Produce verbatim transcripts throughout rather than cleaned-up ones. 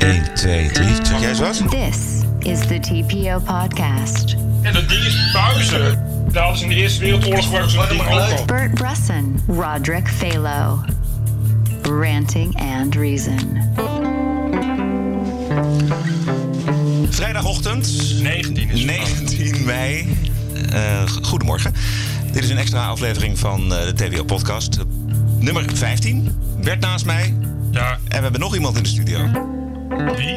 één, twee, drie. Zeg jij eens wat? This is the T P O podcast. En dat ding is pauze. Daar hadden ze in de Eerste Wereldoorlog gebruikt zo'n ding ook al. Bert Bresson, Roderick Phalo. Ranting and Reason. Vrijdagochtend, negentien is negentien mei. Uh, goedemorgen. Dit is een extra aflevering van uh, de T V O-podcast. Nummer vijftien. Bert naast mij. Ja. En we hebben nog iemand in de studio. Wie?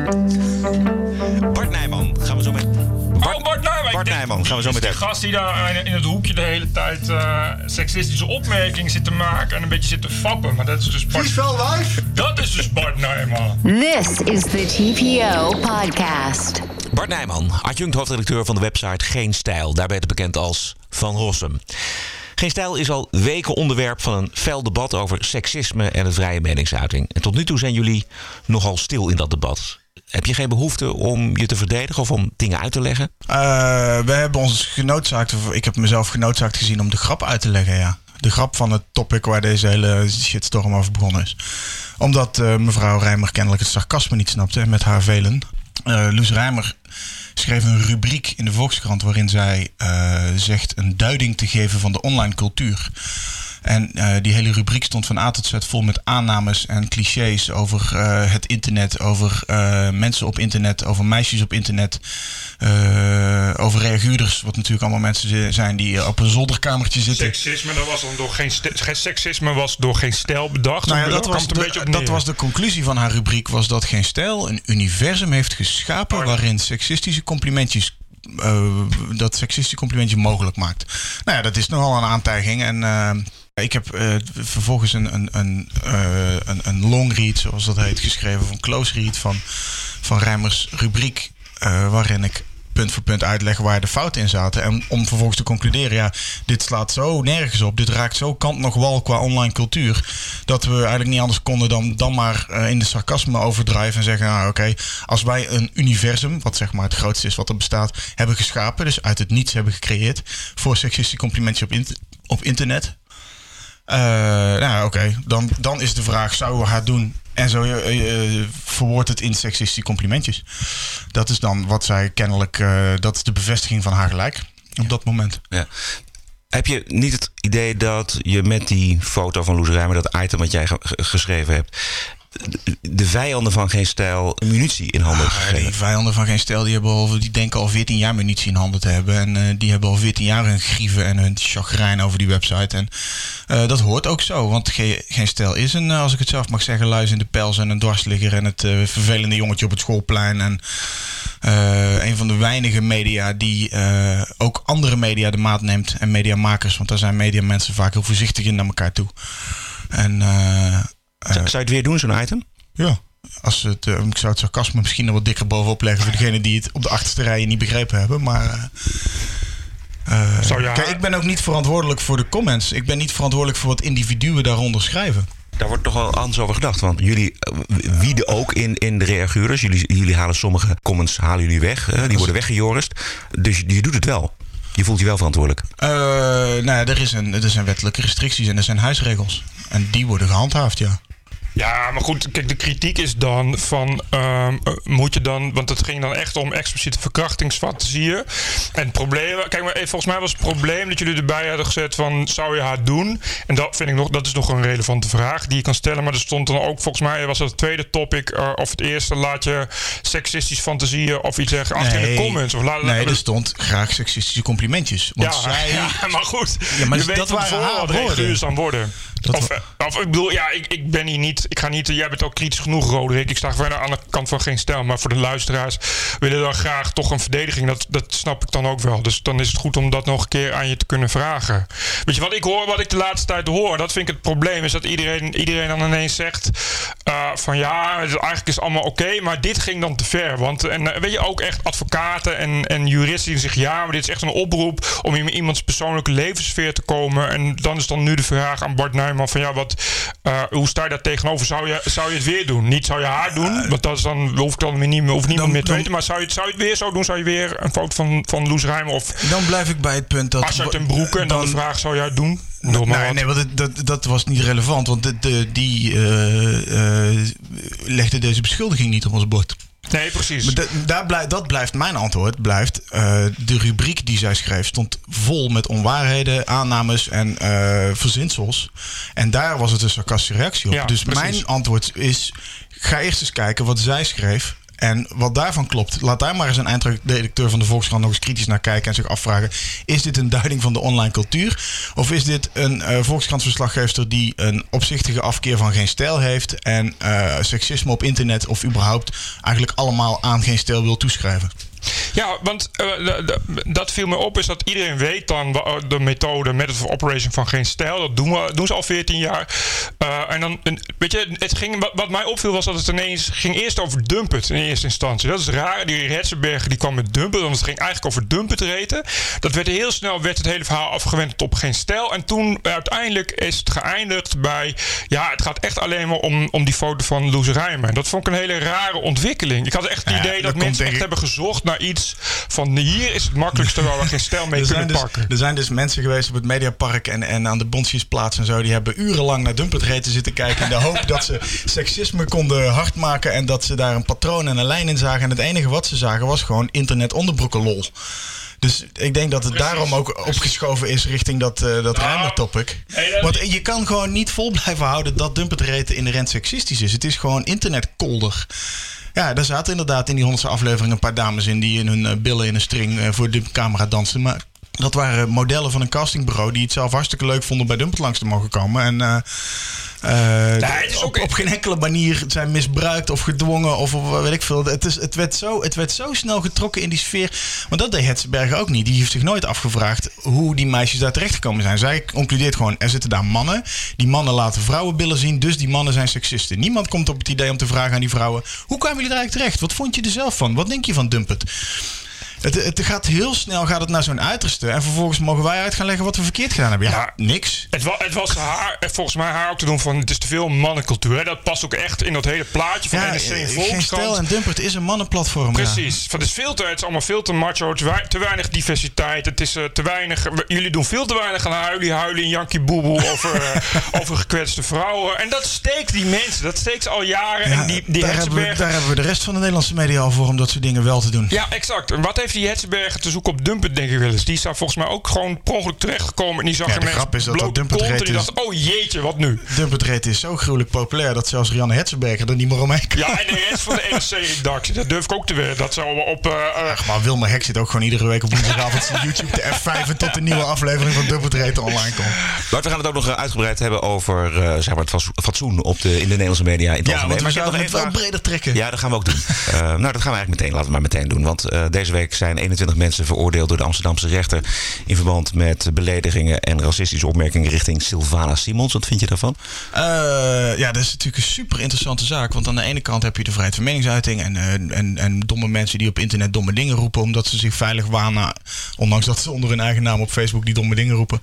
Bart Nijman. Gaan we zo met... Bart, oh, Bart Nijman. Bart Nijman. Gaan we zo met de gast die daar in het hoekje de hele tijd uh, seksistische opmerkingen zit te maken en een beetje zit te fappen. Maar dat is dus Bart... Dat is dus Bart Nijman. This is the T P O podcast. Bart Nijman, adjunct hoofdredacteur van de website Geen Stijl. Daarbij te bekend als Van Rossum. Geen Stijl is al weken onderwerp van een fel debat over seksisme en de vrije meningsuiting. En tot nu toe zijn jullie nogal stil in dat debat. Heb je geen behoefte om je te verdedigen of om dingen uit te leggen? Uh, we hebben ons genoodzaakt, of ik heb mezelf genoodzaakt gezien om de grap uit te leggen, ja. De grap van het topic waar deze hele shitstorm over begonnen is. Omdat uh, mevrouw Rijmer kennelijk het sarcasme niet snapte met haar velen. Uh, Loes Rijmer schreef een rubriek in de Volkskrant waarin zij uh, zegt een duiding te geven van de online cultuur. En uh, die hele rubriek stond van A tot Z vol met aannames en clichés over uh, het internet, over uh, mensen op internet, over meisjes op internet, uh, over reaguurders, wat natuurlijk allemaal mensen zijn die op een zolderkamertje zitten. Seksisme, dat was dan door geen st- seksisme was door Geen Stijl bedacht. Nou ja, dat, was een de, beetje op dat was de conclusie van haar rubriek, was dat Geen Stijl een universum heeft geschapen oh, waarin seksistische complimentjes Uh, dat seksistische complimentje mogelijk maakt. Nou ja, dat is nogal een aantijging. En uh, ik heb uh, vervolgens een, een, een, uh, een, een long read, zoals dat heet, geschreven. Of een close read van, van Rijmers rubriek. Uh, waarin ik punt voor punt uitleg waar de fouten in zaten. En om vervolgens te concluderen, ja, dit slaat zo nergens op. Dit raakt zo kant nog wal qua online cultuur. Dat we eigenlijk niet anders konden dan, dan maar uh, in de sarcasme overdrijven. En zeggen, nou oké, okay, als wij een universum, wat zeg maar het grootste is wat er bestaat, hebben geschapen. Dus uit het niets hebben gecreëerd. Voor seksistische complimentjes op, in, op internet. Uh, nou oké, okay, dan, dan is de vraag, zouden we haar doen? En zo uh, uh, verwoordt het in seksistische complimentjes. Dat is dan wat zij kennelijk... Uh, dat is de bevestiging van haar gelijk op ja. dat moment. Ja. Heb je niet het idee dat je met die foto van Loes Rijmer, dat item wat jij ge- geschreven hebt, de vijanden van Geen Stijl munitie in handen ah, gegeven? Die vijanden van Geen Stijl die, hebben al, die denken al veertien jaar munitie in handen te hebben. En uh, die hebben al veertien jaar hun grieven en hun chagrijn over die website. En uh, dat hoort ook zo. Want Ge- Geen Stijl is een, als ik het zelf mag zeggen, luis in de pels en een dwarsligger en het uh, vervelende jongetje op het schoolplein. En uh, een van de weinige media die uh, ook andere media de maat neemt en mediamakers. Want daar zijn mediamensen vaak heel voorzichtig in naar elkaar toe. En... Uh, Uh, zou je het weer doen, zo'n item? Ja. Als het, uh, ik zou het sarcasme misschien nog wat dikker bovenop leggen voor degenen die het op de achterste rijen niet begrepen hebben. Maar uh, uh, kijk, ik ben ook niet verantwoordelijk voor de comments. Ik ben niet verantwoordelijk voor wat individuen daaronder schrijven. Daar wordt toch wel anders over gedacht. Want jullie uh, wieden ook in, in de reaguurders. Jullie, jullie halen sommige comments halen jullie weg. Uh, die worden weggejorist. Dus je doet het wel. Je voelt je wel verantwoordelijk. Uh, nou ja, er, is een, er zijn wettelijke restricties en er zijn huisregels. En die worden gehandhaafd, ja. Ja, maar goed, kijk, de kritiek is dan van, um, moet je dan, want het ging dan echt om expliciete verkrachtingsfantasieën. En het probleem, kijk maar, volgens mij was het probleem dat jullie erbij hadden gezet van, zou je haar doen? En dat vind ik nog, dat is nog een relevante vraag die je kan stellen. Maar er stond dan ook, volgens mij was dat het tweede topic, uh, of het eerste, laat je seksistische fantasieën of iets zeggen achter nee, in de comments. Of laat, nee, er stond graag seksistische complimentjes. Want ja, zij... ja, maar goed, ja, maar je weet dat van tevoren wat reaguurders aan worden. Of, of ik bedoel, ja, ik, ik ben hier niet, ik ga niet, jij bent ook kritisch genoeg, Roderick. Ik sta verder aan de kant van Geen Stijl. Maar voor de luisteraars willen dan graag toch een verdediging. Dat, dat snap ik dan ook wel. Dus dan is het goed om dat nog een keer aan je te kunnen vragen. Weet je wat ik hoor, wat ik de laatste tijd hoor, dat vind ik het probleem, is dat iedereen, iedereen dan ineens zegt uh, van ja, eigenlijk is het allemaal oké, okay, maar dit ging dan te ver. Want en uh, weet je, ook echt advocaten en, en juristen die zeggen ja, maar dit is echt een oproep om in iemands persoonlijke levenssfeer te komen. En dan is dan nu de vraag aan Bart Nijman van ja, wat, uh, hoe sta je daar tegenover? Zou je, zou je het weer doen? Niet zou je haar doen, want dat is dan, hoef ik dan weer niet meer, hoeft niemand dan, meer te dan, weten. Maar zou je, zou je het weer zo doen? Zou je weer een foto van, van Loes Rijmer of dan blijf ik bij het punt dat Asja ten Broeke en dan, dan de vraag, zou jij het doen? Noem maar nee, wat. nee, want het- dat, dat was niet relevant. Want de, de, die uh, uh, legde deze beschuldiging niet op ons bord. Nee, precies. Maar da, daar blijft, dat blijft mijn antwoord. Blijft, uh, de rubriek die zij schreef stond vol met onwaarheden, aannames en uh, verzinsels. En daar was het een sarcastische reactie op. Ja, dus precies. mijn antwoord is, ga eerst eens kijken wat zij schreef. En wat daarvan klopt, laat daar maar eens een eindredacteur van de Volkskrant nog eens kritisch naar kijken en zich afvragen: is dit een duiding van de online cultuur? Of is dit een uh, Volkskrant-verslaggeefster die een opzichtige afkeer van Geen Stijl heeft en uh, seksisme op internet of überhaupt eigenlijk allemaal aan Geen Stijl wil toeschrijven? Ja, want uh, de, de, dat viel me op is dat iedereen weet dan de methode Method of Operation van Geen Stijl. Dat doen, we, doen ze al veertien jaar. Uh, en dan, weet je, het ging, wat, wat mij opviel was dat het ineens ging eerst over Dumpet in eerste instantie. Dat is raar. Die Hetzenberger die kwam met Dumpet, want het ging eigenlijk over Dumpet reten. Dat werd heel snel, werd het hele verhaal afgewend op Geen Stijl. En toen uiteindelijk is het geëindigd bij, ja, het gaat echt alleen maar om, om die foto van Loes Rijmer. Dat vond ik een hele rare ontwikkeling. Ik had echt het Ja, idee dat dat komt mensen denk echt ik- hebben gezocht naar iets van hier is het makkelijkste waar we Geen Stijl mee Er kunnen zijn, dus, pakken. er zijn dus mensen geweest op het Mediapark en, en aan de Bonsjesplaats en zo. Die hebben urenlang naar Dumpetreten zitten kijken in de hoop dat ze seksisme konden hardmaken en dat ze daar een patroon en een lijn in zagen. En het enige wat ze zagen was gewoon internet onderbroeken lol. Dus ik denk dat het Precies, daarom ook opgeschoven is richting dat, uh, dat Nou, Rijmer-topic. nee, dat- Want je kan gewoon niet vol blijven houden dat Dumpetreten inherent seksistisch is. Het is gewoon internetkolder. Ja, daar zaten inderdaad in die honderdste aflevering een paar dames in die in hun uh, billen in een string uh, voor de camera dansten. Maar dat waren modellen van een castingbureau die het zelf hartstikke leuk vonden bij Dumpet langs te mogen komen. En uh, uh, het is op, ook- op geen enkele manier zijn misbruikt of gedwongen of, of weet ik veel. Het, is, het, werd zo, het werd zo snel getrokken in die sfeer. Want dat deed Hetzenberger ook niet. Die heeft zich nooit afgevraagd hoe die meisjes daar terecht gekomen zijn. Zij concludeert gewoon, er zitten daar mannen. Die mannen laten vrouwenbillen zien, dus die mannen zijn seksisten. Niemand komt op het idee om te vragen aan die vrouwen: hoe kwamen jullie daar eigenlijk terecht? Wat vond je er zelf van? Wat denk je van Dumpet? Het, het gaat heel snel gaat het naar zo'n uiterste. En vervolgens mogen wij uit gaan leggen wat we verkeerd gedaan hebben. Ja, Ja. niks. Het, wa, het was haar, volgens mij haar ook te doen van het is te veel mannencultuur. Hè? Dat past ook echt in dat hele plaatje van Ja, N S C en Geen Stijl Volkskrant. en Dumpert is een mannenplatform. Precies. Van, het, is veel te, het is allemaal veel te macho. Te, wei- te weinig diversiteit. Het is uh, te weinig. Jullie doen veel te weinig aan huilen, huilen in Yankee Boeboe over, uh, over gekwetste vrouwen. En dat steekt die mensen. Dat steekt ze al jaren. Ja, en die, die daar, hebben we, Hetzenberger. daar hebben we de rest van de Nederlandse media al voor om dat soort dingen wel te doen. Ja, exact. En wat heeft die Hetzenberger te zoeken op Dumpet, denk ik wel eens? Die is daar volgens mij ook gewoon per ongeluk terechtgekomen. En die zag Ja, een de mens grap is dat dat blote Dumpet kont en reet die is. dacht, oh jeetje, wat nu? Dumpetreten is zo gruwelijk populair dat zelfs Rianne Hetzenberger er niet meer omheen kan. Ja, en de rest van de N S C-redactie, dat durf ik ook te weten. Dat ze allemaal op... Uh, uh, Ach, maar Wilmer Hek zit ook gewoon iedere week op woensdagavond op YouTube te F vijf en tot de nieuwe aflevering van Dumpetreten online komt. Bart, we gaan het ook nog uitgebreid hebben over uh, zeg maar het fas- fatsoen op de, in de Nederlandse media in het Ja, algemeen. want we Maar ik heb zouden nog het één wel vraag. breder trekken. Ja, dat gaan we ook doen. Uh, nou, dat gaan we eigenlijk meteen. Laten we maar meteen doen. Want uh, deze week zijn eenentwintig mensen veroordeeld door de Amsterdamse rechter in verband met beledigingen en racistische opmerkingen richting Sylvana Simons. Wat vind je daarvan? Uh, ja, dat is natuurlijk een super interessante zaak. Want aan de ene kant heb je de vrijheid van meningsuiting en, uh, en, en domme mensen die op internet domme dingen roepen omdat ze zich veilig wanen, ondanks dat ze onder hun eigen naam op Facebook die domme dingen roepen.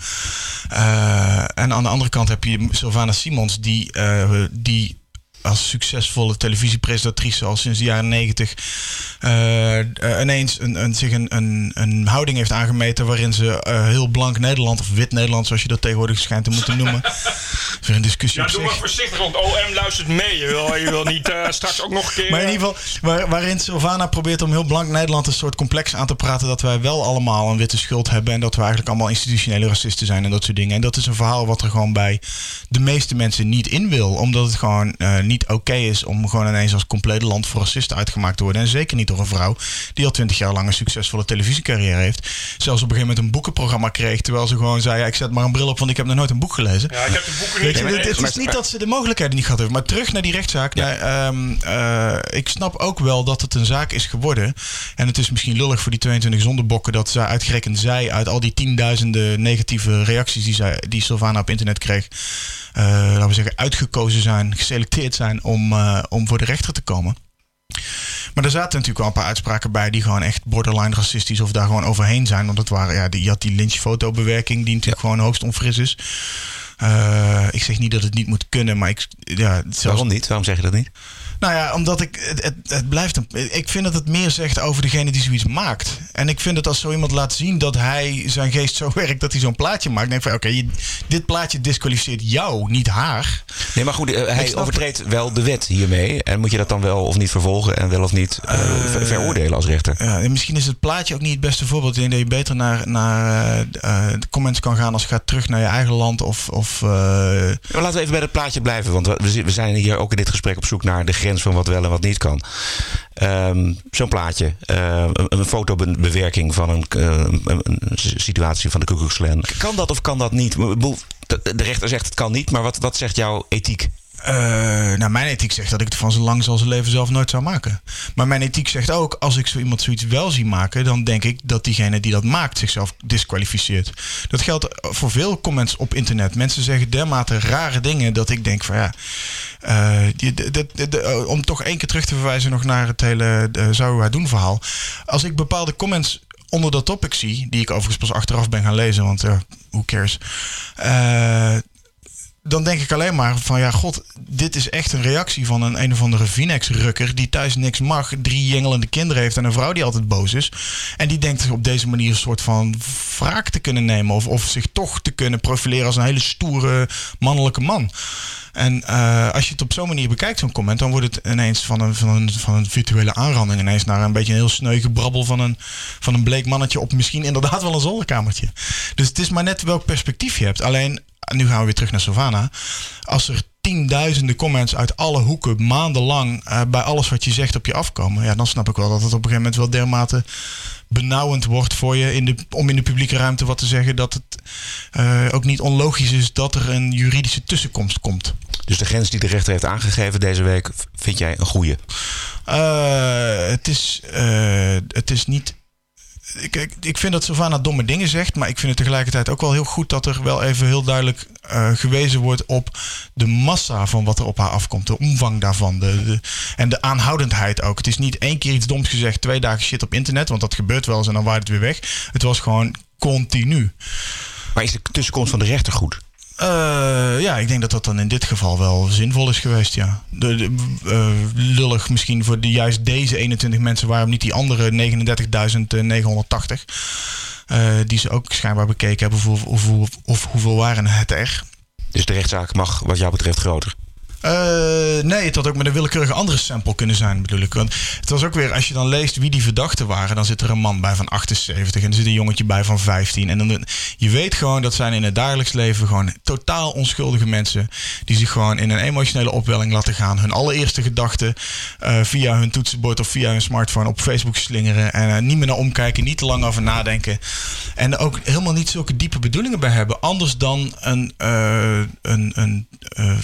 Uh, en aan de andere kant heb je Sylvana Simons die, uh, die als succesvolle televisiepresentatrice al sinds de jaren negentig uh, uh, ineens een, een, zich een, een, een houding heeft aangemeten waarin ze uh, heel blank Nederland of wit Nederland, zoals je dat tegenwoordig schijnt te moeten noemen. Dat is weer een discussie ja, op doe zich. maar voorzichtig, want O M luistert mee. Je wil, je wil niet uh, straks ook nog een keer... Maar in ieder geval, waar, waarin Sylvana probeert om heel blank Nederland een soort complex aan te praten dat wij wel allemaal een witte schuld hebben en dat we eigenlijk allemaal institutionele racisten zijn en dat soort dingen. En dat is een verhaal wat er gewoon bij de meeste mensen niet in wil, omdat het gewoon uh, niet oké okay is om gewoon ineens als compleet land voor racisten uitgemaakt te worden. En zeker niet door een vrouw die al twintig jaar lang een succesvolle televisiecarrière heeft. Zelfs op een gegeven moment een boekenprogramma kreeg, terwijl ze gewoon zei, ja, ik zet maar een bril op, want ik heb nog nooit een boek gelezen. Ja, ik heb de boeken Weet niet je, gelezen. het, het is niet dat ze de mogelijkheden niet gehad hebben. Maar terug naar die rechtszaak. Ja. Nou, um, uh, ik snap ook wel dat het een zaak is geworden. En het is misschien lullig voor die tweeëntwintig zondebokken dat zij uitgerekend zij uit al die tienduizenden negatieve reacties die, zij, die Sylvana op internet kreeg, uh, laten we zeggen, uitgekozen zijn, geselecteerd zijn om, uh, om voor de rechter te komen. Maar er zaten natuurlijk wel een paar uitspraken bij die gewoon echt borderline racistisch of daar gewoon overheen zijn. Want het waren, ja, die, je had die lynchfotobewerking die natuurlijk ja. gewoon hoogst onfris is. Uh, ik zeg niet dat het niet moet kunnen, maar ik... Ja, zelfs, Waarom niet? Waarom zeg je dat niet? Nou ja, omdat ik... Het, het, het blijft een, ik vind dat het meer zegt over degene die zoiets maakt. En ik vind dat als zo iemand laat zien dat hij zijn geest zo werkt dat hij zo'n plaatje maakt. denk ik van, oké, okay, dit plaatje disqualificeert jou, niet haar. Nee, maar goed, uh, hij overtreedt wel de wet hiermee. En moet je dat dan wel of niet vervolgen en wel of niet uh, uh, veroordelen als rechter? Ja, en misschien is het plaatje ook niet het beste voorbeeld. Ik denk dat je beter naar, naar uh, de comments kan gaan als je gaat terug naar je eigen land of... of uh... ja, laten we even bij het plaatje blijven, want we, we zijn hier ook in dit gesprek op zoek naar de grens van wat wel en wat niet kan. Um, zo'n plaatje, uh, een, een fotobewerking van een, uh, een, een situatie van de Ku Klux Klan. Kan dat of kan dat niet? De rechter zegt het kan niet, maar wat, wat zegt jouw ethiek? Uh, nou, mijn ethiek zegt dat ik het van zo lang als zijn leven zelf nooit zou maken. Maar mijn ethiek zegt ook, als ik zo iemand zoiets wel zie maken, dan denk ik dat diegene die dat maakt zichzelf disqualificeert. Dat geldt voor veel comments op internet. Mensen zeggen dermate rare dingen dat ik denk van ja... Uh, die, de, de, de, de, om toch één keer terug te verwijzen nog naar het hele uh, zou wij doen verhaal. Als ik bepaalde comments onder dat topic zie, die ik overigens pas achteraf ben gaan lezen, want uh, who cares... Uh, dan denk ik alleen maar van ja, god, dit is echt een reactie van een een of andere Vinex-rukker die thuis niks mag, drie jengelende kinderen heeft en een vrouw die altijd boos is. En die denkt op deze manier een soort van wraak te kunnen nemen of, of zich toch te kunnen profileren als een hele stoere mannelijke man. En uh, als je het op zo'n manier bekijkt, zo'n comment, dan wordt het ineens van een, van een, van een virtuele aanranding ineens naar een beetje een heel sneu gebrabbel van een, van een bleek mannetje op misschien inderdaad wel een zolderkamertje. Dus het is maar net welk perspectief je hebt. Alleen, nu gaan we weer terug naar Savannah. Als er tienduizenden comments uit alle hoeken maandenlang uh, bij alles wat je zegt op je afkomen, ja, dan snap ik wel dat het op een gegeven moment wel dermate benauwend wordt voor je in de, om in de publieke ruimte wat te zeggen, dat het uh, ook niet onlogisch is dat er een juridische tussenkomst komt. Dus de grens die de rechter heeft aangegeven deze week, vind jij een goeie? Uh, het is, uh, het is niet... Ik, ik, ik vind dat Savannah domme dingen zegt, maar ik vind het tegelijkertijd ook wel heel goed dat er wel even heel duidelijk uh, gewezen wordt op de massa van wat er op haar afkomt. De omvang daarvan. De, de, en de aanhoudendheid ook. Het is niet één keer iets doms gezegd, twee dagen shit op internet, want dat gebeurt wel eens en dan waait het weer weg. Het was gewoon continu. Maar is de tussenkomst van de rechter goed? Uh, ja, ik denk dat dat dan in dit geval wel zinvol is geweest, ja. De, de, uh, lullig misschien voor de, juist deze eenentwintig mensen, waarom niet die andere negenendertigduizend negenhonderdtachtig. Uh, die ze ook schijnbaar bekeken hebben, of, of, of, of hoeveel waren het er. Dus de rechtszaak mag wat jou betreft groter? Uh, nee, het had ook met een willekeurige andere sample kunnen zijn, bedoel ik. Want het was ook weer, als je dan leest wie die verdachten waren, dan zit er een man bij van achtenzeventig en er zit een jongetje bij van vijftien. En dan, je weet gewoon, dat zijn in het dagelijks leven gewoon totaal onschuldige mensen die zich gewoon in een emotionele opwelling laten gaan. Hun allereerste gedachten uh, via hun toetsenbord of via hun smartphone op Facebook slingeren en uh, niet meer naar omkijken, niet te lang over nadenken. En ook helemaal niet zulke diepe bedoelingen bij hebben. Anders dan een... Uh, een, een uh,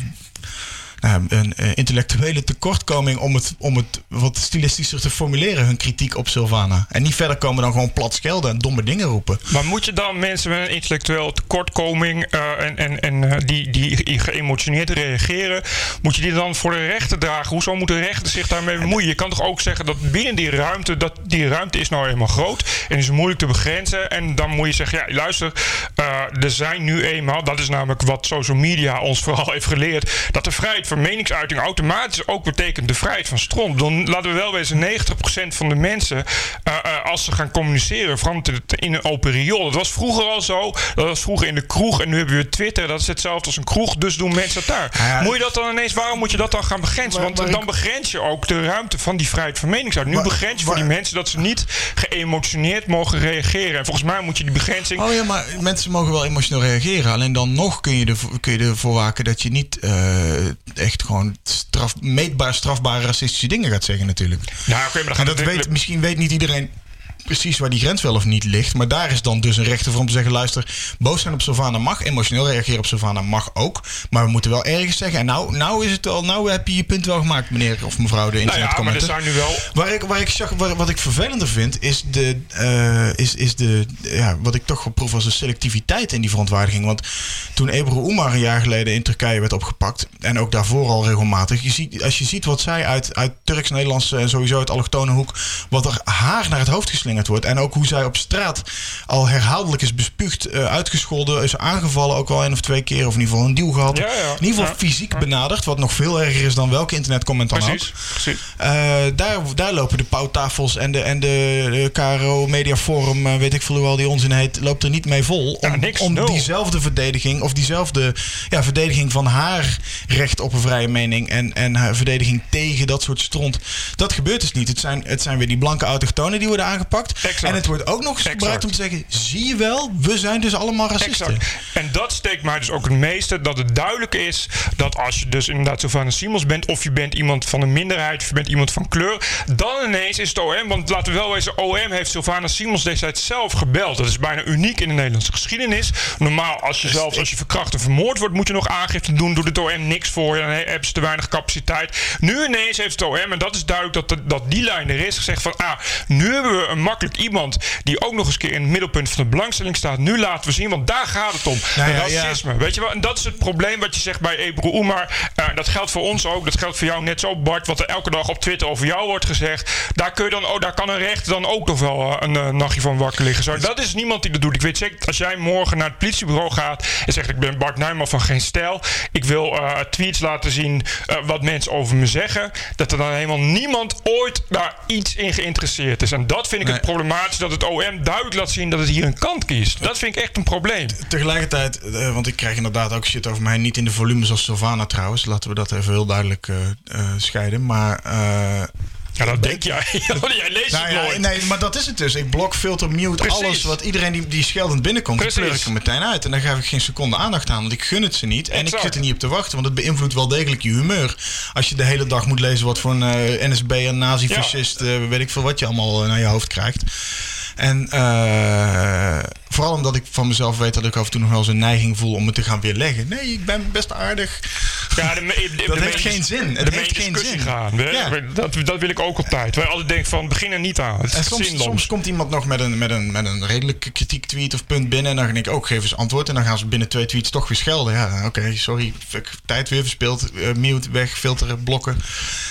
Nou, een uh, intellectuele tekortkoming om het, om het wat stilistischer te formuleren, hun kritiek op Savannah. En niet verder komen dan gewoon plat schelden en domme dingen roepen. Maar moet je dan mensen met een intellectueel tekortkoming uh, en, en, en uh, die, die geëmotioneerd reageren, moet je die dan voor de rechter dragen? Hoezo moet de rechter zich daarmee bemoeien? Je kan toch ook zeggen dat binnen die ruimte, dat die ruimte is nou eenmaal groot en is moeilijk te begrenzen. En dan moet je zeggen, ja, luister, uh, er zijn nu eenmaal, dat is namelijk wat social media ons vooral heeft geleerd, dat de vrijheid van meningsuiting automatisch ook betekent de vrijheid van stront. Dan laten we wel wezen, negentig procent van de mensen, uh, uh, als ze gaan communiceren, verandert het in een open riool. Dat was vroeger al zo. Dat was vroeger in de kroeg en nu hebben we Twitter. Dat is hetzelfde als een kroeg, dus doen mensen het daar. Ja, moet je dat dan ineens, waarom moet je dat dan gaan begrenzen? Want dan ik, begrens je ook de ruimte van die vrijheid van meningsuiting. Nu maar, begrens je voor maar, die mensen dat ze niet geëmotioneerd mogen reageren. En volgens mij moet je die begrenzing... Oh ja, maar mensen mogen wel emotioneel reageren. Alleen dan nog kun je, er, kun je ervoor waken dat je niet uh, echt gewoon straf, meetbaar strafbare racistische dingen gaat zeggen natuurlijk. Nou, okay, maar en dat weet, de... misschien weet niet iedereen precies waar die grens wel of niet ligt. Maar daar is dan dus een rechter voor om te zeggen, luister, boos zijn op Savannah mag, emotioneel reageren op Savannah mag ook. Maar we moeten wel ergens zeggen, en nou, nou is het al, nou heb je je punt wel gemaakt, meneer of mevrouw de internetcommenten. Nou ja, maar er zijn nu wel... Waar ik, waar ik zag, waar, wat ik vervelender vind, is de, uh, is, is de ja, wat ik toch proef als de selectiviteit in die verontwaardiging. Want toen Ebru Umar een jaar geleden in Turkije werd opgepakt, en ook daarvoor al regelmatig, je ziet, als je ziet wat zij uit, uit Turks-Nederlands en sowieso uit allochtone hoek, wat er haar naar het hoofd geslingerd geslingerd wordt. En ook hoe zij op straat al herhaaldelijk is bespuugd, uh, uitgescholden, is aangevallen. Ook al één of twee keer. Of in ieder geval een duw gehad. Ja, ja. In ieder geval ja. fysiek ja. benaderd. Wat nog veel erger is dan welke internetcomment dan precies, ook. Precies. Uh, daar, daar lopen de pauwtafels en de, en de, de K R O Media Forum, uh, weet ik veel hoe al die onzin heet, loopt er niet mee vol. Om, ja, niks, om diezelfde verdediging, of diezelfde ja, verdediging van haar recht op een vrije mening en, en haar verdediging tegen dat soort stront. Dat gebeurt dus niet. Het zijn, het zijn weer die blanke autochtonen die worden aangepakt. Exact. En het wordt ook nog eens exact. gebruikt om te zeggen, zie je wel, we zijn dus allemaal racisten. Exact. En dat steekt mij dus ook het meeste, dat het duidelijk is dat als je dus inderdaad Sylvana Simons bent, of je bent iemand van een minderheid, of je bent iemand van kleur, dan ineens is het O M, want laten we wel wezen, O M heeft Sylvana Simons destijds zelf gebeld. Dat is bijna uniek in de Nederlandse geschiedenis. Normaal, als je zelfs als je verkracht en vermoord wordt, moet je nog aangifte doen, doet het O M niks voor je, dan hebben ze te weinig capaciteit. Nu ineens heeft het O M, en dat is duidelijk dat, de, dat die lijn er is, gezegd van, ah, nu hebben we een makkelijk iemand die ook nog eens keer in het middelpunt van de belangstelling staat. Nu laten we zien, want daar gaat het om. Nou ja, racisme. Ja. Weet je wel? En dat is het probleem wat je zegt bij Ebru Umar. Uh, dat geldt voor ons ook. Dat geldt voor jou net zo, Bart. Wat er elke dag op Twitter over jou wordt gezegd. Daar kun je dan, oh, daar kan een rechter dan ook nog wel uh, een uh, nachtje van wakker liggen. Zo, dat is niemand die dat doet. Ik weet zeker, als jij morgen naar het politiebureau gaat en zegt, ik ben Bart Nijman van Geen Stijl. Ik wil uh, tweets laten zien uh, wat mensen over me zeggen. Dat er dan helemaal niemand ooit daar iets in geïnteresseerd is. En dat vind ik nee. het problematisch, dat het O M duidelijk laat zien dat het hier een kant kiest. Dat vind ik echt een probleem. Tegelijkertijd, uh, want ik krijg inderdaad ook shit over mij, niet in de volumes als Sylvana trouwens. Laten we dat even heel duidelijk uh, uh, scheiden. Maar uh, ja, dat denk jij. Jij leest nou, het ja, nooit. Nee, maar dat is het dus. Ik blok, filter, mute, Precies. alles wat iedereen die, die scheldend binnenkomt, die pleur ik er meteen uit. En daar geef ik geen seconde aandacht aan, want ik gun het ze niet. En exact. ik zit er niet op te wachten, want het beïnvloedt wel degelijk je humeur. Als je de hele dag moet lezen wat voor een uh, N S B'er, nazi-fascist, ja. uh, weet ik veel wat je allemaal uh, naar je hoofd krijgt. En uh, vooral omdat ik van mezelf weet dat ik af en toe nog wel eens een neiging voel om me te gaan weerleggen. Nee, ik ben best aardig. Ja, de, de, de, dat de heeft geen zin. Het heeft geen zin. Gaan. Ja. Dat, dat wil ik ook altijd. Waar je altijd denkt van, begin er niet aan. Het en soms, soms komt iemand nog met een, met, een, met een redelijke kritiek tweet of punt binnen. En dan denk ik ook, geef eens antwoord. En dan gaan ze binnen twee tweets toch weer schelden. Ja, oké, okay, sorry. Tijd weer verspild. Uh, mute, weg, filteren, blokken.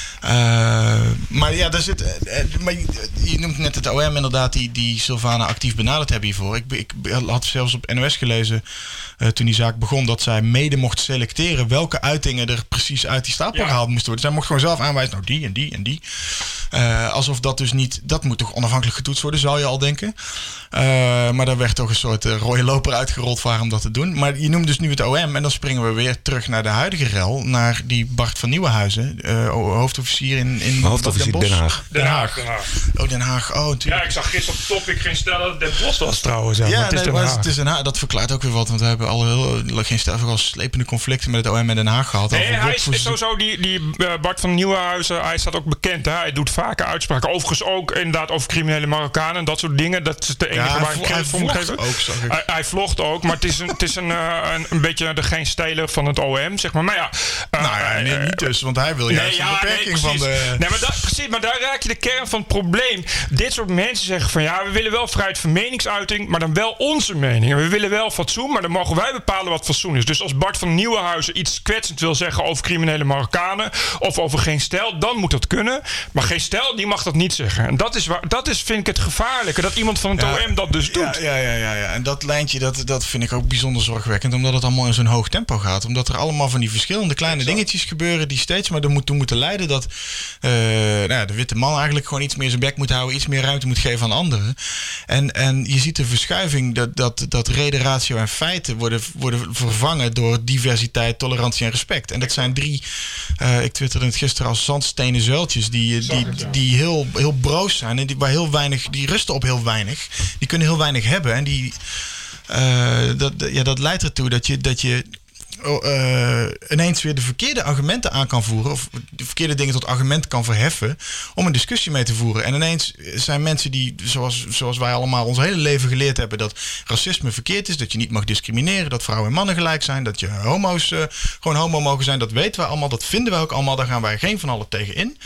Uh, maar ja, daar zit. Uh, maar je, je noemt net het O M inderdaad, die, die Sylvana actief benaderd hebben hiervoor. Ik, ik had zelfs op N O S gelezen uh, toen die zaak begon, dat zij mede mocht selecteren welke uitingen er precies uit die stapel ja. gehaald moesten worden. Zij mocht gewoon zelf aanwijzen, nou die en die en die. Uh, alsof dat dus niet, dat moet toch onafhankelijk getoetst worden, zou je al denken. Uh, maar daar werd toch een soort uh, rode loper uitgerold voor haar om dat te doen. Maar je noemt dus nu het O M en dan springen we weer terug naar de huidige rel, naar die Bart van Nieuwenhuizen, uh, hoofdofficier in, in hoofdofficier Den, Den Haag. Den Haag. Den Haag. Oh, Den Haag. Oh, ja, ik zag gisteren op Topic geen stellen dat het Den Bosch was trouwens. Ja, ja maar het, nee, is Den maar Haag. het is Den Haag. Dat verklaart ook weer wat, want we hebben al heel, geen stel, al slepende conflicten met het O M en Den Haag gehad. Nee, hij is, is sowieso die, die uh, Bart van Nieuwenhuizen, hij staat ook bekend. Hè? Hij doet vaker uitspraken. Overigens ook inderdaad over criminele Marokkanen en dat soort dingen. Dat is de enige ja, waar ik credit voor moet geven. Ook, hij, hij vlogt ook, maar het is een, het is een, uh, een, een beetje de geen steler van het O M, zeg maar. Maar ja, uh, nou ja, nee, niet dus, want hij wil juist nee, ja, een beperking nee, van de. Nee, maar dat, precies, maar daar raak je de kern van het probleem. Dit soort mensen zeggen van ja, we willen wel vrijheid van meningsuiting, maar dan wel onze mening. En we willen wel fatsoen, maar dan mogen wij bepalen wat fatsoen is. Dus als Bart van Nieuwenhuizen iets kwetsend wil zeggen over criminele Marokkanen of over Geen Stijl, dan moet dat kunnen. Maar Geen Stijl, die mag dat niet zeggen. En dat is, waar, dat is vind ik het gevaarlijke, dat iemand van het ja, O M dat dus doet. Ja, ja, ja, ja, ja. En dat lijntje, dat, dat vind ik ook bijzonder zorgwekkend, omdat het allemaal in zo'n hoog tempo gaat. Omdat er allemaal van die verschillende kleine exact. dingetjes gebeuren die steeds maar ertoe moeten leiden dat uh, nou ja, de witte man eigenlijk gewoon iets meer zijn bek moet houden, iets meer ruimte moet geven aan anderen. En, en je ziet de verschuiving dat, dat, dat reden, ratio en feiten worden, worden vervangen door diversiteit, tolerantie en respect. En dat zijn drie, uh, ik twitterde het gisteren als zandstenen zuiltjes, die, die, die, die heel, heel broos zijn en die, waar heel weinig, die rusten op heel weinig. Die kunnen heel weinig hebben en die, uh, dat, ja, dat leidt ertoe dat je, dat je Uh, ineens weer de verkeerde argumenten aan kan voeren of de verkeerde dingen tot argument kan verheffen om een discussie mee te voeren. En ineens zijn mensen die, zoals, zoals wij allemaal ons hele leven geleerd hebben, dat racisme verkeerd is, dat je niet mag discrimineren, dat vrouwen en mannen gelijk zijn, dat je homo's uh, gewoon homo mogen zijn, dat weten we allemaal, dat vinden we ook allemaal, daar gaan wij geen van allen tegen in.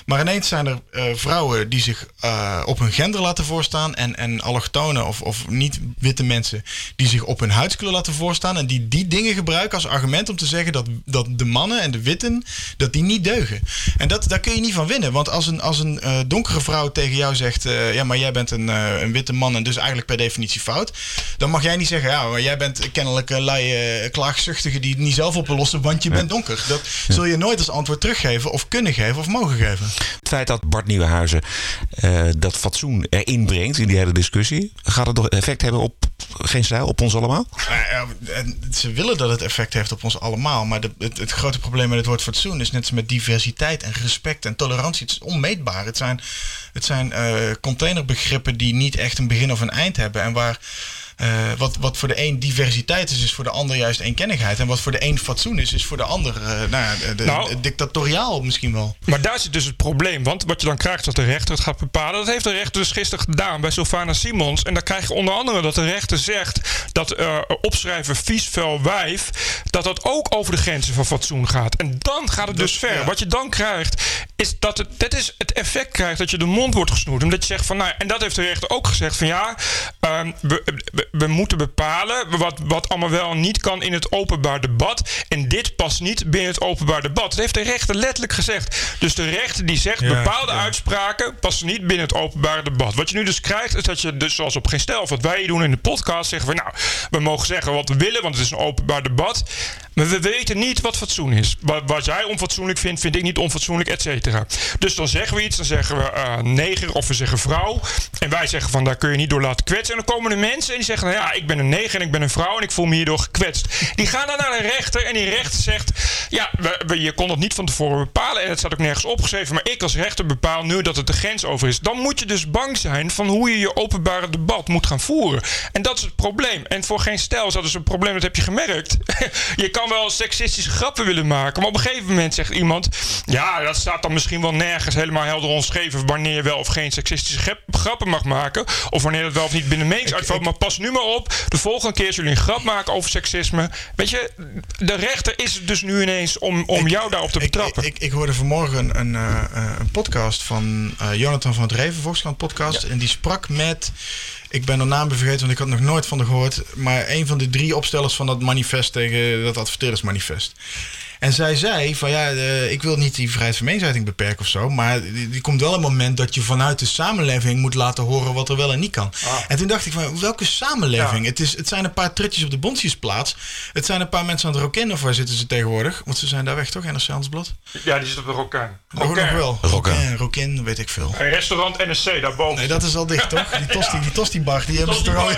Maar ineens zijn er uh, vrouwen die zich uh, op hun gender laten voorstaan. En, en allochtonen of, of niet-witte mensen die zich op hun huidskleur laten voorstaan. En die die dingen gebruiken als argument om te zeggen dat, dat de mannen en de witten, dat die niet deugen. En dat, daar kun je niet van winnen. Want als een, als een uh, donkere vrouw tegen jou zegt, uh, ja, maar jij bent een, uh, een witte man en dus eigenlijk per definitie fout. Dan mag jij niet zeggen, ja, maar jij bent kennelijk een lui uh, klaagzuchtige die het niet zelf op wil lossen, want je ja. bent donker. Dat ja. zul je nooit als antwoord teruggeven of kunnen geven of mogen geven. Het feit dat Bart Nieuwenhuizen uh, dat fatsoen erin brengt in die hele discussie, gaat het nog effect hebben op Geen Stijl, op ons allemaal? Uh, uh, ze willen dat het effect heeft op ons allemaal, maar de, het, het grote probleem met het woord fatsoen is net als met diversiteit en respect en tolerantie. Het is onmeetbaar. Het zijn, het zijn uh, containerbegrippen die niet echt een begin of een eind hebben en waar Uh, wat, wat voor de een diversiteit is, is voor de ander juist eenkennigheid. En wat voor de een fatsoen is, is voor de ander uh, nou ja, de, de, nou, dictatoriaal misschien wel. Maar daar zit dus het probleem. Want wat je dan krijgt dat de rechter het gaat bepalen, dat heeft de rechter dus gisteren gedaan bij Sylvana Simons. En dan krijg je onder andere dat de rechter zegt dat uh, opschrijver vies vuil wijf, dat dat ook over de grenzen van fatsoen gaat. En dan gaat het dat, dus ver. Ja. Wat je dan krijgt, is dat het, dat is het effect krijgt dat je de mond wordt gesnoerd. Omdat je zegt van, nou, en dat heeft de rechter ook gezegd van ja, uh, we, we We moeten bepalen wat, wat allemaal wel en niet kan in het openbaar debat. En dit past niet binnen het openbaar debat. Dat heeft de rechter letterlijk gezegd. Dus de rechter die zegt, ja, bepaalde ja. uitspraken passen niet binnen het openbaar debat. Wat je nu dus krijgt, is dat je dus zoals op Geen Stijl, of wat wij hier doen in de podcast, zeggen we, nou, we mogen zeggen wat we willen, want het is een openbaar debat. Maar we weten niet wat fatsoen is. Wat, wat jij onfatsoenlijk vindt, vind ik niet onfatsoenlijk, et cetera. Dus dan zeggen we iets, dan zeggen we uh, neger of we zeggen vrouw. En wij zeggen van, daar kun je niet door laten kwetsen. En dan komen de mensen en die zeggen, nou ja, ik ben een neger en ik ben een vrouw en ik voel me hierdoor gekwetst. Die gaan dan naar een rechter en die rechter zegt, ja, we, we, je kon dat niet van tevoren bepalen en het staat ook nergens opgeschreven, maar ik als rechter bepaal nu dat het de grens over is. Dan moet je dus bang zijn van hoe je je openbare debat moet gaan voeren. En dat is het probleem. En voor Geen Stijl is dat dus een probleem, dat heb je gemerkt. Je kan wel seksistische grappen willen maken, maar op een gegeven moment zegt iemand, ja, dat staat dan misschien wel nergens helemaal helder omschreven wanneer je wel of geen seksistische grappen mag maken, of wanneer dat wel of niet binnen meningsuitvalt, maar pas nu maar op, de volgende keer zullen jullie een grap maken over seksisme. Weet je, de rechter is het dus nu ineens om, om ik, jou daarop te betrappen. Ik, ik, ik hoorde vanmorgen een, uh, een podcast van uh, Jonathan van het Reven, Volkskrant podcast, ja. En die sprak met, ik ben de naam vergeten, want ik had nog nooit van haar gehoord, maar een van de drie opstellers van dat manifest tegen dat adverteerdersmanifest. En zij zei van ja, uh, ik wil niet die vrijheid van meningsuiting beperken of zo, maar er komt wel een moment dat je vanuit de samenleving moet laten horen wat er wel en niet kan. Ah. En toen dacht ik van, welke samenleving? Ja. Het, is, het zijn een paar trutjes op de Bondsjesplaats. Het zijn een paar mensen aan het Rokin, of waar zitten ze tegenwoordig? Want ze zijn daar weg, toch? N R C Handelsblad? Ja, die zit op de Rokin. Ook nog wel. Rokin, Rokin, weet ik veel. Een restaurant N R C daarboven. Nee, dat is al dicht, toch? Die tosti, die tosti-bar, die hebben ze toch al.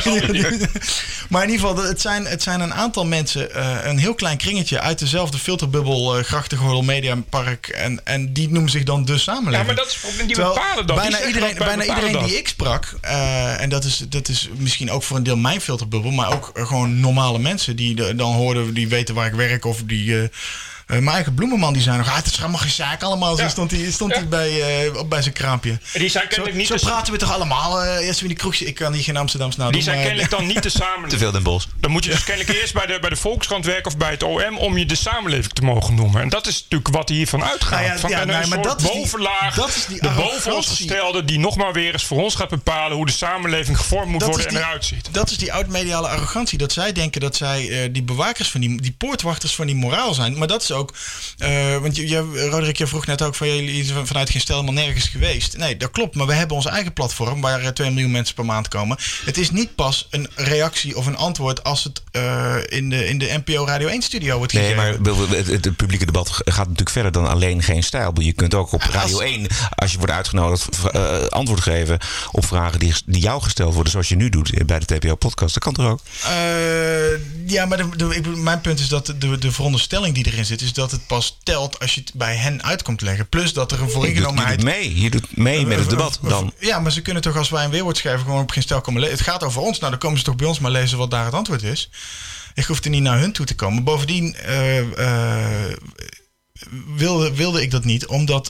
Maar in ieder geval, het zijn, het zijn een aantal mensen, uh, een heel klein kringetje uit dezelfde filterbubbel, uh, Grachtengordel, Mediapark, en, en die noemen zich dan de samenleving. Ja, maar dat is die Terwijl bepalen dat. Bijna die iedereen, dat bijna iedereen dat. die ik sprak, uh, en dat is, dat is misschien ook voor een deel mijn filterbubbel, maar ook uh, gewoon normale mensen die de, dan hoorden, die weten waar ik werk of die... Uh, Uh, mijn eigen bloemenman die zei nog, ah, het is allemaal geen zaak allemaal. Zo ja. stond hij stond ja. bij, uh, bij zijn kraampje. Die zijn kennelijk zo niet zo dus... praten we toch allemaal? Uh, eerst in die kroegje. Ik kan hier geen Amsterdamse naam Die doen. zijn maar... kennelijk dan niet de samenleving. Te veel Den Bosch. Dan moet je dus kennelijk eerst bij de, bij de Volkskrant werken of bij het O M om je de samenleving te mogen noemen. En dat is natuurlijk wat hiervan uitgaat. Nou ja, van ja, nee, een maar dat bovenlaag, is die, dat is die de boven ons gestelde, die nog maar weer eens voor ons gaat bepalen hoe de samenleving gevormd moet dat worden die, en eruit ziet. Dat is die oud-mediale arrogantie. Dat zij denken dat zij uh, die bewakers van die, die poortwachters van die moraal zijn. Maar dat is ook... Uh, want je, je, Roderick, je vroeg net ook van jullie zijn vanuit Geen Stijl helemaal nergens geweest. Nee, dat klopt. Maar we hebben ons eigen platform waar uh, twee miljoen mensen per maand komen. Het is niet pas een reactie of een antwoord als het uh, in, de, in de N P O Radio één studio wordt gegeven. Nee, maar het, het publieke debat gaat natuurlijk verder dan alleen Geen Stijl. Je kunt ook op Radio één, als je wordt uitgenodigd, uh, antwoord geven op vragen die, die jou gesteld worden, zoals je nu doet bij de T P O-podcast. Dat kan toch ook? Uh, ja, maar de, de, mijn punt is dat de, de veronderstelling die erin zit, is dat het pas telt als je het bij hen uit komt leggen. Plus dat er een vooringenomenheid... Je doet mee, je doet mee met het debat dan. Ja, maar ze kunnen toch als wij een weerwoord schrijven gewoon op Geen Stijl komen lezen. Het gaat over ons. Nou, dan komen ze toch bij ons maar lezen wat daar het antwoord is. Ik hoef er niet naar hun toe te komen. Bovendien uh, uh, wilde, wilde ik dat niet, omdat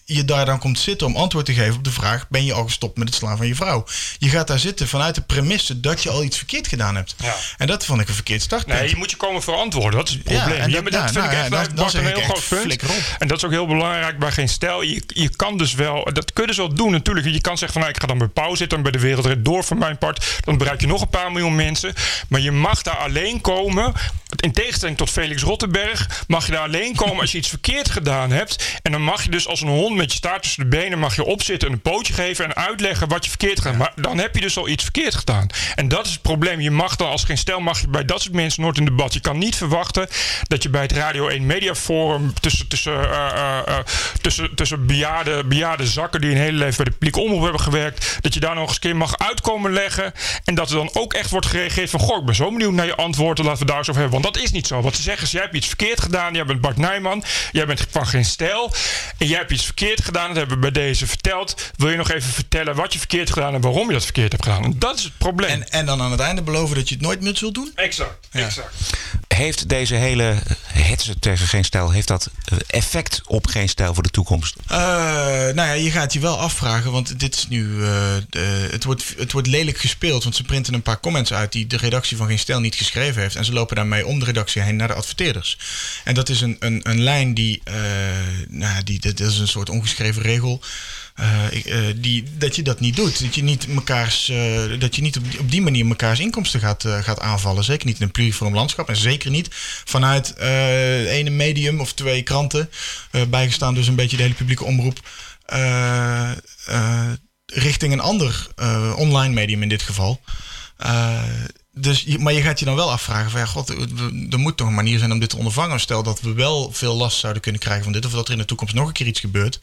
je daar dan komt zitten om antwoord te geven op de vraag... ben je al gestopt met het slaan van je vrouw? Je gaat daar zitten vanuit de premisse dat je al iets verkeerd gedaan hebt. Ja. En dat vond ik een verkeerd startpunt. Nee, je moet je komen verantwoorden. Dat is het probleem. Ja, en Ja, dat, maar dat ja, vind nou, ik echt, ja, dat, dat, dat dat een zeg heel ik groot echt punt. flikker op. En dat is ook heel belangrijk bij Geen Stijl. Je, je kan dus wel, dat kun je dus wel doen natuurlijk. Je kan zeggen van, nou, ik ga dan bij Pauw zitten... en bij De Wereld Door voor mijn part. Dan bereik je nog een paar miljoen mensen. Maar je mag daar alleen komen... in tegenstelling tot Felix Rottenberg... mag je daar alleen komen als je iets verkeerd gedaan hebt. En dan mag je dus als een hond met je staart tussen de benen... mag je opzitten en een pootje geven... en uitleggen wat je verkeerd gedaan hebt. Maar dan heb je dus al iets verkeerd gedaan. En dat is het probleem. Je mag dan als Geen Stijl... mag je bij dat soort mensen nooit in debat. Je kan niet verwachten dat je bij het Radio één Mediaforum... tussen, tussen, uh, uh, uh, tussen, tussen bejaarde, bejaarde zakken... die een hele leven bij de publieke omroep hebben gewerkt... dat je daar nog eens een keer mag uitkomen leggen... en dat er dan ook echt wordt gereageerd van... goh, ik ben zo benieuwd naar je antwoorden... laten we daar eens over hebben. Want dat is niet zo. Wat ze zeggen is, jij hebt iets verkeerd gedaan... jij bent Bart Nijman, jij bent van Geen Stijl... en jij hebt iets verkeerd gedaan... dat hebben we bij deze verteld. Wil je nog even vertellen wat je verkeerd gedaan... en waarom je dat verkeerd hebt gedaan? En dat is het probleem. En, en dan aan het einde beloven dat je het nooit meer zult doen? Exact, Ja. exact. Heeft deze hele hetze tegen Geen Stijl... heeft dat effect op Geen Stijl voor de toekomst? Uh, nou ja, je gaat je wel afvragen, want dit is nu... Uh, de, het, wordt, het wordt lelijk gespeeld, want ze printen een paar comments uit... die de redactie van Geen Stijl niet geschreven heeft... en ze lopen daarmee om de redactie heen naar de adverteerders. En dat is een, een, een lijn die... Uh, nou, die dat is een soort ongeschreven regel... Uh, uh, die, dat je dat niet doet. Dat je niet, mekaars, uh, dat je niet op, die, op die manier mekaars inkomsten gaat, uh, gaat aanvallen. Zeker niet in een pluriform landschap. En zeker niet vanuit uh, ene medium of twee kranten. Uh, bijgestaan dus een beetje de hele publieke omroep. Uh, uh, richting een ander uh, online medium in dit geval. Uh, Dus, maar je gaat je dan wel afvragen van ja, god, er moet toch een manier zijn om dit te ondervangen. Stel dat we wel veel last zouden kunnen krijgen van dit, of dat er in de toekomst nog een keer iets gebeurt.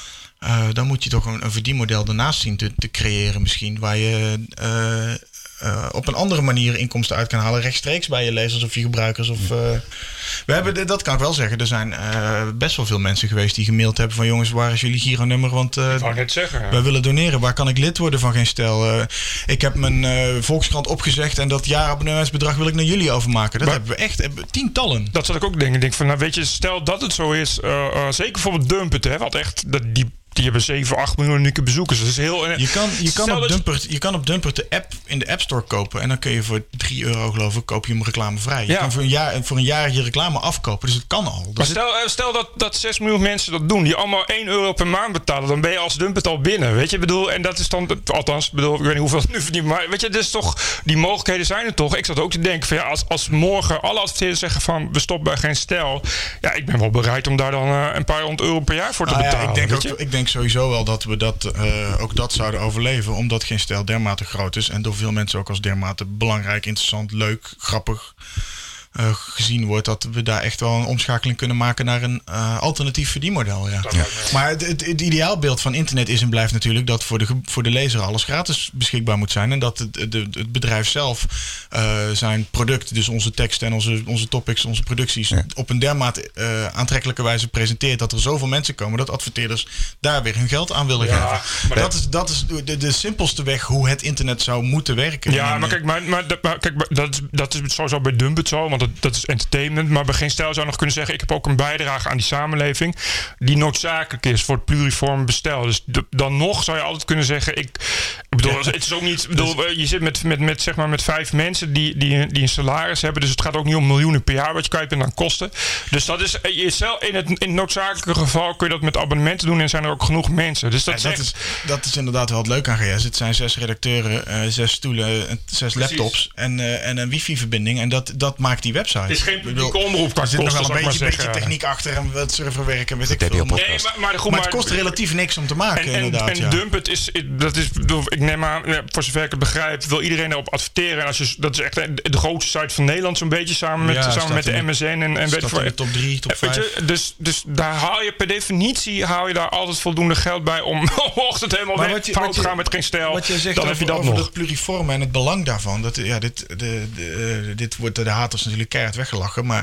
Uh, dan moet je toch een, een verdienmodel ernaast zien te, te creëren misschien, waar je uh, uh, op een andere manier inkomsten uit kan halen, rechtstreeks bij je lezers of je gebruikers. Of, uh, we hebben, dat kan ik wel zeggen, er zijn uh, best wel veel mensen geweest die gemaild hebben van jongens, waar is jullie Giro-nummer? Want uh, ik wou net zeggen, ja. wij willen doneren, waar kan ik lid worden van Geen Stijl? Uh, ik heb mijn uh, Volkskrant opgezegd en dat jaarabonnementsbedrag wil ik naar jullie overmaken. Dat maar, hebben we echt hebben we tientallen. Dat zat ik ook denken. Ik denk van, nou weet je, stel dat het zo is, uh, uh, zeker bijvoorbeeld Dumpert, hè, wat echt, dat, die Die hebben zeven, acht miljoen unieke bezoekers. Dat is heel... Je kan, je kan, op, dat Dumpert, je kan op Dumpert de app in de App Store kopen. En dan kun je voor drie euro geloof ik, koop je hem reclamevrij. Je ja. kan voor een, jaar, voor een jaar je reclame afkopen. Dus het kan al. Dus maar stel, het... stel dat, dat zes miljoen mensen dat doen. Die allemaal één euro per maand betalen. Dan ben je als Dumpert al binnen. Weet je, bedoel, en dat is dan... Althans, bedoel, ik weet niet hoeveel het nu verdient. Maar weet je, dus toch, die mogelijkheden zijn er toch. Ik zat ook te denken van ja, als, als morgen alle adverteerders zeggen van we stoppen bij Geen Stijl. Ja, ik ben wel bereid om daar dan uh, een paar honderd euro per jaar voor nou te ja, betalen. Ik denk, weet ook, je? ik denk sowieso wel dat we dat, uh, ook dat zouden overleven. Omdat Geen Stijl dermate groot is. En door veel mensen ook als dermate belangrijk, interessant, leuk, grappig uh, gezien wordt. Dat we daar echt wel een omschakeling kunnen maken naar een uh, alternatief verdienmodel. Ja. Ja. Maar het, het, het ideaalbeeld van internet is en blijft natuurlijk dat voor de, voor de lezer alles gratis beschikbaar moet zijn. En dat het, het, het bedrijf zelf uh, zijn product, dus onze teksten en onze, onze topics, onze producties, ja. op een dermate uh, aantrekkelijke wijze presenteert dat er zoveel mensen komen dat adverteerders daar weer hun geld aan willen ja, geven. Maar dat, dat is, dat is de, de simpelste weg hoe het internet zou moeten werken. Ja, en, maar kijk, maar, maar, maar, kijk dat, is, dat is sowieso bij Dumpert zo, want dat, dat is entertainment. Maar bij Geen Stijl zou je nog kunnen zeggen, ik heb ook een bijdrage aan die samenleving die noodzakelijk is voor het pluriform bestel. Dus de, dan nog zou je altijd kunnen zeggen, ik, ik bedoel, ja. het is ook niet, bedoel, dus, je zit met, met, met, zeg maar, met vijf mensen die, die, die een salaris hebben, dus het gaat ook niet om miljoenen per jaar wat je kwijt bent aan kosten. Dus dat is, jezelf, in het, in het noodzakelijke geval kun je dat met abonnementen doen en zijn er ook genoeg mensen. Dus dat, ja, is, dat, echt... is, dat is inderdaad wel het leuke aan G S. Het zijn zes redacteuren, uh, zes stoelen, zes Precies. laptops en, uh, en een wifi-verbinding. En dat, dat maakt die website. Het is geen publieke omroep. Er zit nog wel een beetje, beetje techniek achter en wat serverwerk en weet ik veel. Nee, maar, maar, de goed, maar het kost maar, relatief niks om te maken, en, inderdaad. En, en ja. Dumpert is, dat is, ik neem aan, voor zover ik het begrijp, wil iedereen erop adverteren. En als je, dat is echt de grootste site van Nederland zo'n beetje, samen met, ja, samen met de M S N. En, en staat in de top drie, top vijf. Je, dus, dus daar haal je per definitie haal je daar altijd voldoende geld bij om, mocht het helemaal weg, je, fout je, gaan met Geen Stijl, wat je zegt dan over, heb je dat over nog. Het pluriforme en het belang daarvan. Dat, ja, dit, de, de, de, dit wordt door de haters natuurlijk keihard weggelachen. Maar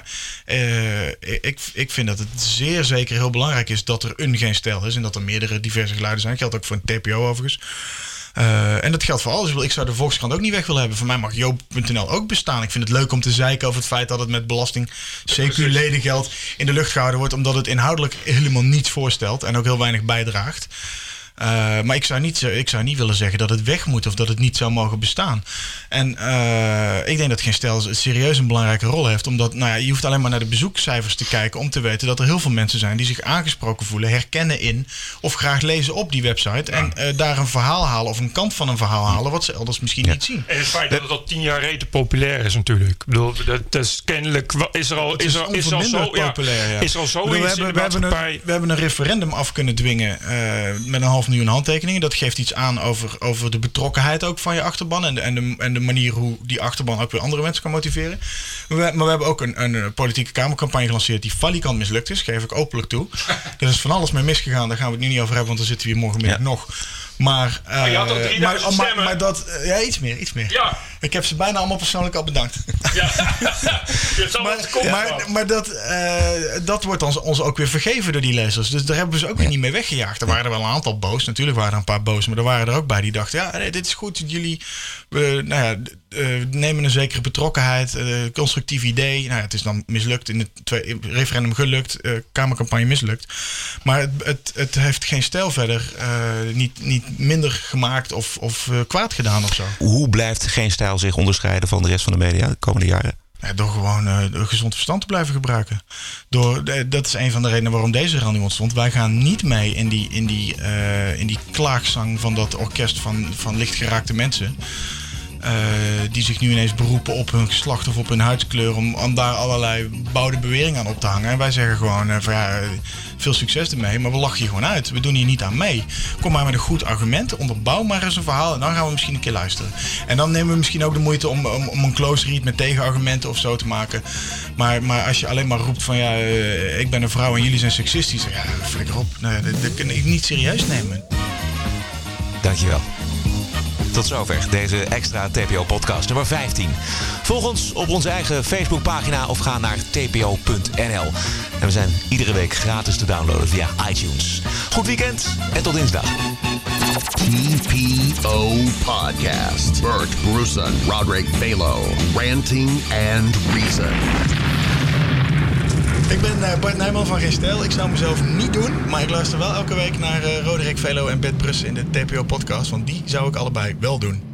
uh, ik, ik vind dat het zeer zeker heel belangrijk is dat er een Geen Stijl is. En dat er meerdere diverse geluiden zijn. Dat geldt ook voor een T P O overigens. Uh, en dat geldt voor alles. Ik zou de Volkskrant ook niet weg willen hebben. Voor mij mag Joop punt n l ook bestaan. Ik vind het leuk om te zeiken over het feit dat het met belasting C Q-ledengeld in de lucht gehouden wordt, omdat het inhoudelijk helemaal niets voorstelt en ook heel weinig bijdraagt. Uh, maar ik zou, niet, ik zou niet willen zeggen dat het weg moet of dat het niet zou mogen bestaan. En uh, ik denk dat Geen Stijl serieus een belangrijke rol heeft. Omdat nou ja, je hoeft alleen maar naar de bezoekcijfers te kijken om te weten dat er heel veel mensen zijn die zich aangesproken voelen, herkennen in of graag lezen op die website. Ja. En uh, daar een verhaal halen of een kant van een verhaal halen wat ze elders misschien ja. niet zien. En het feit dat het al tien jaar rete populair is natuurlijk. Ik bedoel, dat, dat is kennelijk is er al, is er, is er al zo populair. Ja, is er al zo bedoel, iets we, hebben, in de we, hebben een, we hebben een referendum af kunnen dwingen uh, met een half miljoen handtekeningen. Dat geeft iets aan over, over de betrokkenheid ook van je achterban en de, en, de, en de manier hoe die achterban ook weer andere mensen kan motiveren. We, maar we hebben ook een, een politieke kamercampagne gelanceerd die falikant mislukt is, geef ik openlijk toe. Er is van alles mee misgegaan, daar gaan we het nu niet over hebben, want dan zitten we hier morgenmiddag ja. nog. Maar, uh, maar je had ook drieduizend maar, stemmen. Maar, maar dat, uh, ja, iets meer, iets meer. Ja. Ik heb ze bijna allemaal persoonlijk al bedankt. Ja. maar, maar, maar dat, uh, dat wordt ons, ons ook weer vergeven door die lezers. Dus daar hebben we ze ook weer niet mee weggejaagd. Er waren er wel een aantal boos. Natuurlijk waren er een paar boos. Maar er waren er ook bij die dachten, ja, nee, dit is goed. Jullie uh, nou ja, uh, nemen een zekere betrokkenheid. Uh, constructief idee. Nou ja, het is dan mislukt. In het twee, referendum gelukt. Uh, kamercampagne mislukt. Maar het, het, het heeft Geen Stijl verder uh, niet, niet minder gemaakt of, of uh, kwaad gedaan of zo. Hoe blijft Geen Stijl zich onderscheiden van de rest van de media de komende jaren? Ja, door gewoon uh, gezond verstand te blijven gebruiken. Door, uh, dat is een van de redenen waarom deze rel nu ontstond. Wij gaan niet mee in die, in die, uh, in die klaagzang van dat orkest van, van lichtgeraakte mensen. Uh, die zich nu ineens beroepen op hun geslacht of op hun huidskleur om, om daar allerlei bouwde beweringen aan op te hangen. En wij zeggen gewoon, uh, van, ja, uh, veel succes ermee, maar we lachen je gewoon uit. We doen hier niet aan mee. Kom maar met een goed argument, onderbouw maar eens een verhaal en dan gaan we misschien een keer luisteren. En dan nemen we misschien ook de moeite om, om, om een close read met tegenargumenten of zo te maken. Maar, maar als je alleen maar roept van, ja, uh, ik ben een vrouw en jullie zijn seksistisch. Ja, flikker op. Nou, dat, dat kan ik niet serieus nemen. Dankjewel. Tot zover deze extra T P O-podcast nummer vijftien. Volg ons op onze eigen Facebookpagina of ga naar t p o punt n l. En we zijn iedere week gratis te downloaden via iTunes. Goed weekend en tot dinsdag. T P O Podcast. Bert Brussen, Roderick Balo, Ranting and Reason. Ik ben uh, Bart Nijman van Geen Stijl. Ik zou mezelf niet doen, maar ik luister wel elke week naar uh, Roderick Velo en Bert Brussen in de T P O-podcast. Want die zou ik allebei wel doen.